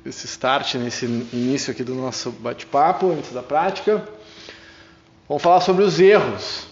start, nesse início aqui do nosso bate-papo, antes da prática. Vamos falar sobre os erros.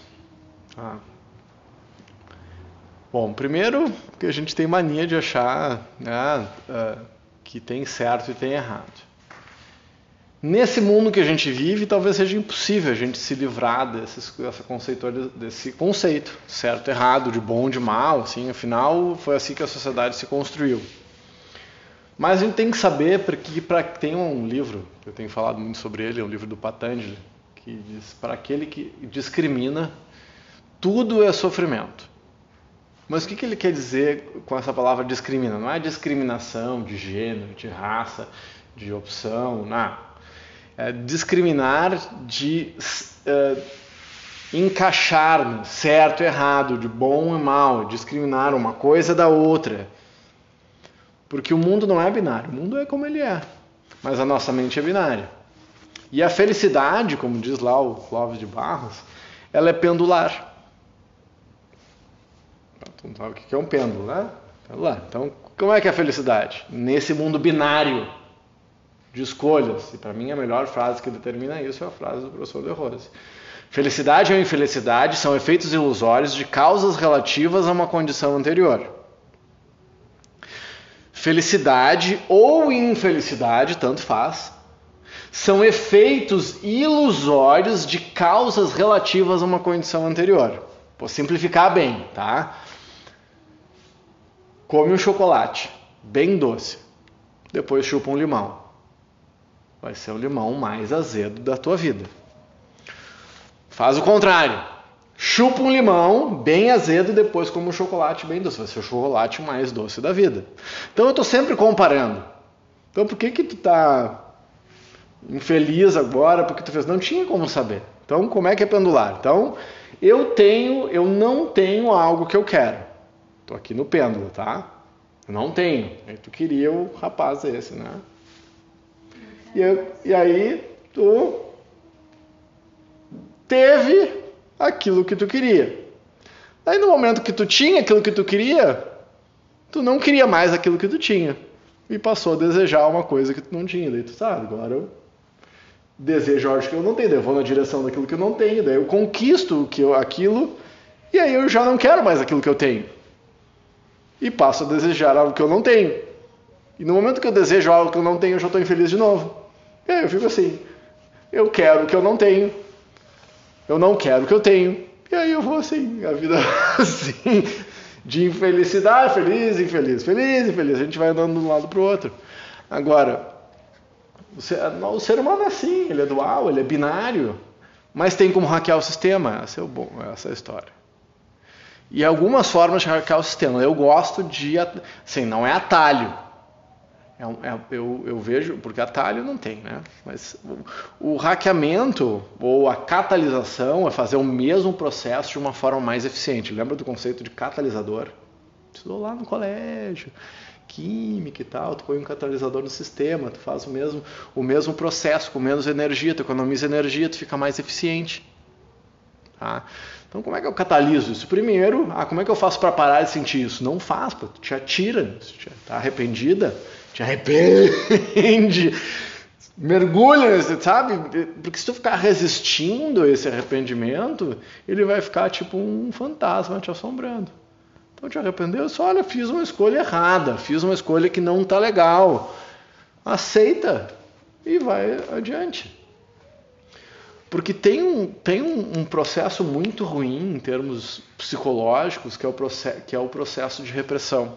Bom, primeiro que a gente tem mania de achar que tem certo e tem errado. Nesse mundo que a gente vive, talvez seja impossível a gente se livrar desse conceito, certo e errado, de bom e de mal, assim, afinal foi assim que a sociedade se construiu. Mas a gente tem que saber, porque tem um livro, eu tenho falado muito sobre ele, é um livro do Patanjali, que diz, para aquele que discrimina, tudo é sofrimento. Mas o que ele quer dizer com essa palavra discrimina? Não é discriminação de gênero, de raça, de opção, não. É discriminar de encaixar certo e errado, de bom e mal, discriminar uma coisa da outra. Porque o mundo não é binário, o mundo é como ele é, mas a nossa mente é binária. E a felicidade, como diz lá o Clóvis de Barros, ela é pendular. Tu não sabe o que é um pêndulo, né? Pendular. Então, como é que é a felicidade? Nesse mundo binário de escolhas. E para mim a melhor frase que determina isso é a frase do professor De Rose. Felicidade ou infelicidade são efeitos ilusórios de causas relativas a uma condição anterior. Felicidade ou infelicidade, tanto faz, são efeitos ilusórios de causas relativas a uma condição anterior. Vou simplificar bem, tá? Come um chocolate bem doce, depois chupa um limão. Vai ser o limão mais azedo da tua vida. Faz o contrário. Chupa um limão bem azedo e depois come um chocolate bem doce. Vai ser o chocolate mais doce da vida. Então eu estou sempre comparando. Então por que tu está infeliz agora? Porque tu fez? Não tinha como saber. Então como é que é pendular? Então eu não tenho algo que eu quero. Estou aqui no pêndulo, tá? Eu não tenho. Aí tu queria o rapaz esse, né? E aí tu teve aquilo que tu queria. Aí no momento que tu tinha aquilo que tu queria, tu não queria mais aquilo que tu tinha. E passou a desejar uma coisa que tu não tinha. Daí tu sabe, agora eu desejo algo que eu não tenho. Daí eu vou na direção daquilo que eu não tenho. Daí eu conquisto aquilo e aí eu já não quero mais aquilo que eu tenho. E passo a desejar algo que eu não tenho. E no momento que eu desejo algo que eu não tenho, eu já estou infeliz de novo. E aí eu fico assim, eu quero o que eu não tenho, eu não quero o que eu tenho, e aí eu vou assim, a vida assim, de infelicidade, feliz, infeliz, feliz, infeliz, a gente vai andando de um lado para o outro. Agora, o ser humano é assim, ele é dual, ele é binário, mas tem como hackear o sistema, essa é a história. E algumas formas de hackear o sistema, eu gosto de, assim, não é atalho, eu vejo, porque atalho não tem, né? Mas o hackeamento ou a catalisação é fazer o mesmo processo de uma forma mais eficiente. Lembra do conceito de catalisador? Estudou lá no colégio, química e tal, tu põe um catalisador no sistema, tu faz o mesmo processo com menos energia, tu economiza energia, tu fica mais eficiente. Tá? Então como é que eu cataliso isso? Primeiro, como é que eu faço para parar de sentir isso? Não faz, tu te atira, se tá arrependida, te arrepende, mergulha, sabe? Porque se tu ficar resistindo esse arrependimento, ele vai ficar tipo um fantasma te assombrando. Então te arrependeu, só olha, fiz uma escolha errada, fiz uma escolha que não tá legal. Aceita e vai adiante. Porque tem um processo muito ruim em termos psicológicos, que é o processo de repressão.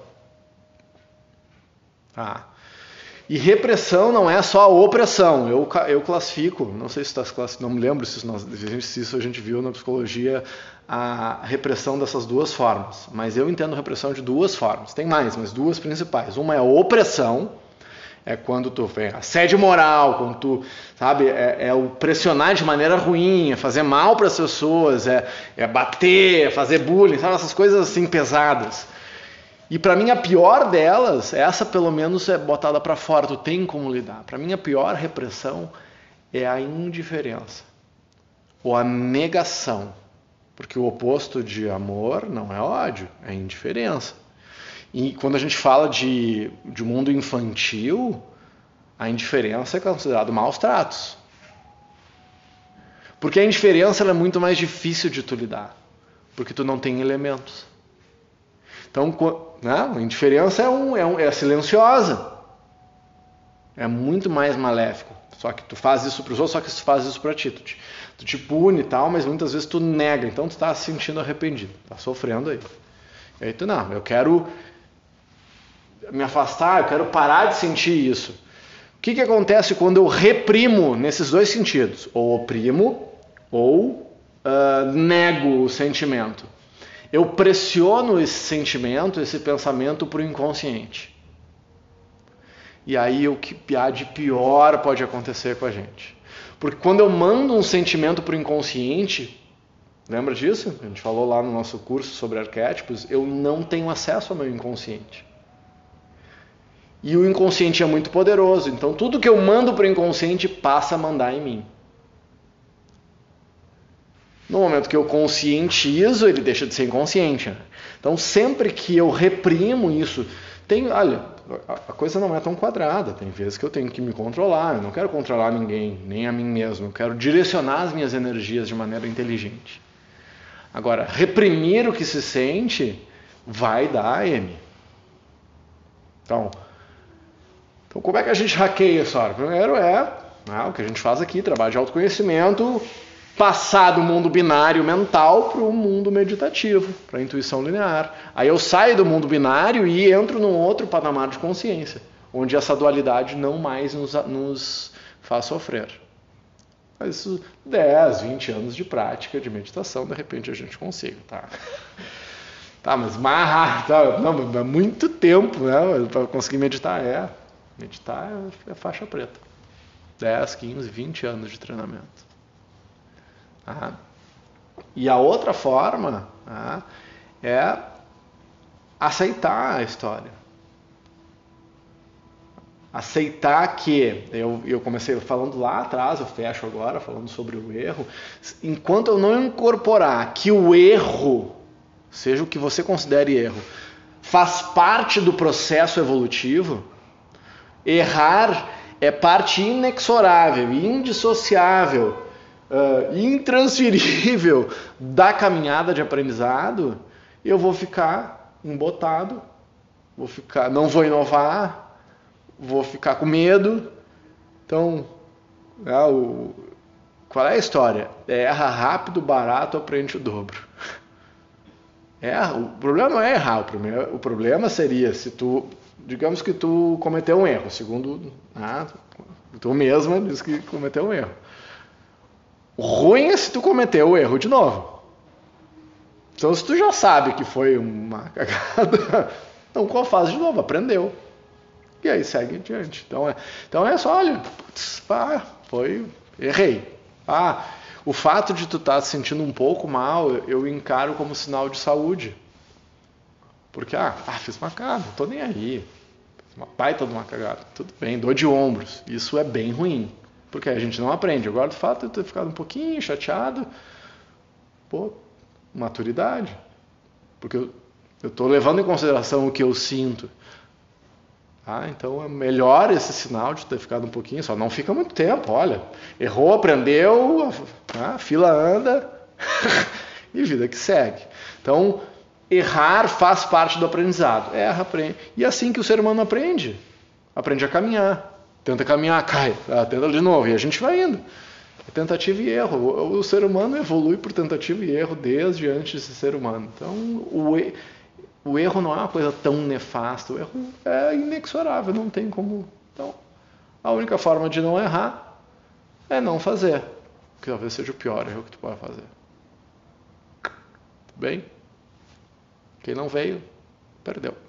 E repressão não é só a opressão. Eu classifico, não sei se está classificado, não me lembro se isso a gente viu na psicologia, a repressão dessas duas formas. Mas eu entendo repressão de duas formas. Tem mais, mas duas principais. Uma é a opressão, é quando tu vem assédio moral, quando tu, sabe, é o pressionar de maneira ruim, é fazer mal para as pessoas, é bater, é fazer bullying, sabe, essas coisas assim pesadas. E para mim a pior delas, essa pelo menos é botada para fora, tu tem como lidar. Para mim a pior repressão é a indiferença ou a negação, porque o oposto de amor não é ódio, é indiferença. E quando a gente fala de mundo infantil, A indiferença é considerado maus tratos. Porque a indiferença ela é muito mais difícil de tu lidar. Porque tu não tem elementos. Então, né, a indiferença é silenciosa. É muito mais maléfico. Só que tu faz isso para os outros, só que tu faz isso para ti. Tu te pune e tal, mas muitas vezes tu nega. Então tu está se sentindo arrependido. Está sofrendo aí. E aí tu, não, eu quero me afastar, eu quero parar de sentir isso. O que acontece quando eu reprimo nesses dois sentidos? Ou oprimo, ou nego o sentimento. Eu pressiono esse sentimento, esse pensamento para o inconsciente. E aí o que há de pior pode acontecer com a gente. Porque quando eu mando um sentimento para o inconsciente, lembra disso? A gente falou lá no nosso curso sobre arquétipos, eu não tenho acesso ao meu inconsciente. E o inconsciente é muito poderoso, então tudo que eu mando para o inconsciente passa a mandar em mim. No momento que eu conscientizo, ele deixa de ser inconsciente. Né? Então sempre que eu reprimo isso, olha, a coisa não é tão quadrada, tem vezes que eu tenho que me controlar, eu não quero controlar ninguém, nem a mim mesmo, eu quero direcionar as minhas energias de maneira inteligente. Agora, reprimir o que se sente vai dar M. Então, como é que a gente hackeia isso? Primeiro o que a gente faz aqui, trabalho de autoconhecimento, passar do mundo binário mental para o mundo meditativo, para a intuição linear. Aí eu saio do mundo binário e entro num outro patamar de consciência, onde essa dualidade não mais nos faz sofrer. Mas isso, 10, 20 anos de prática de meditação, de repente a gente consiga, tá? Tá, mas não, é muito tempo, né, para conseguir meditar. Meditar é faixa preta. 10, 15, 20 anos de treinamento. E a outra forma é aceitar a história. Aceitar que, eu comecei falando lá atrás, eu fecho agora falando sobre o erro, enquanto eu não incorporar que o erro, seja o que você considere erro, faz parte do processo evolutivo, errar é parte inexorável, indissociável, intransferível da caminhada de aprendizado, eu vou ficar embotado, não vou inovar, vou ficar com medo. Então, qual é a história? Erra rápido, barato, aprende o dobro. O problema não é errar, o problema seria se digamos que tu cometeu um erro, segundo tu mesma diz que cometeu um erro. O ruim é se tu cometeu o erro de novo. Então, se tu já sabe que foi uma cagada, então faz de novo, aprendeu. E aí segue adiante. Então é só, olha, errei. O fato de tu estar se sentindo um pouco mal, eu encaro como sinal de saúde. Porque, fiz uma cagada, não tô nem aí. Fiz uma baita de uma cagada. Tudo bem, dor de ombros. Isso é bem ruim. Porque a gente não aprende. Agora, o fato de ter ficado um pouquinho chateado, maturidade. Porque eu estou levando em consideração o que eu sinto. Então é melhor esse sinal de ter ficado um pouquinho, só não fica muito tempo, olha. Errou, aprendeu, a fila anda e vida que segue. Então, errar faz parte do aprendizado. Erra, aprende. E é assim que o ser humano aprende. Aprende a caminhar. Tenta caminhar, cai, tenta de novo, e a gente vai indo. Tentativa e erro. O ser humano evolui por tentativa e erro desde antes de ser humano. Então, o erro não é uma coisa tão nefasta, o erro é inexorável, não tem como. Então, a única forma de não errar é não fazer, que talvez seja o pior erro que tu pode fazer. Tudo bem? Quem não veio, perdeu.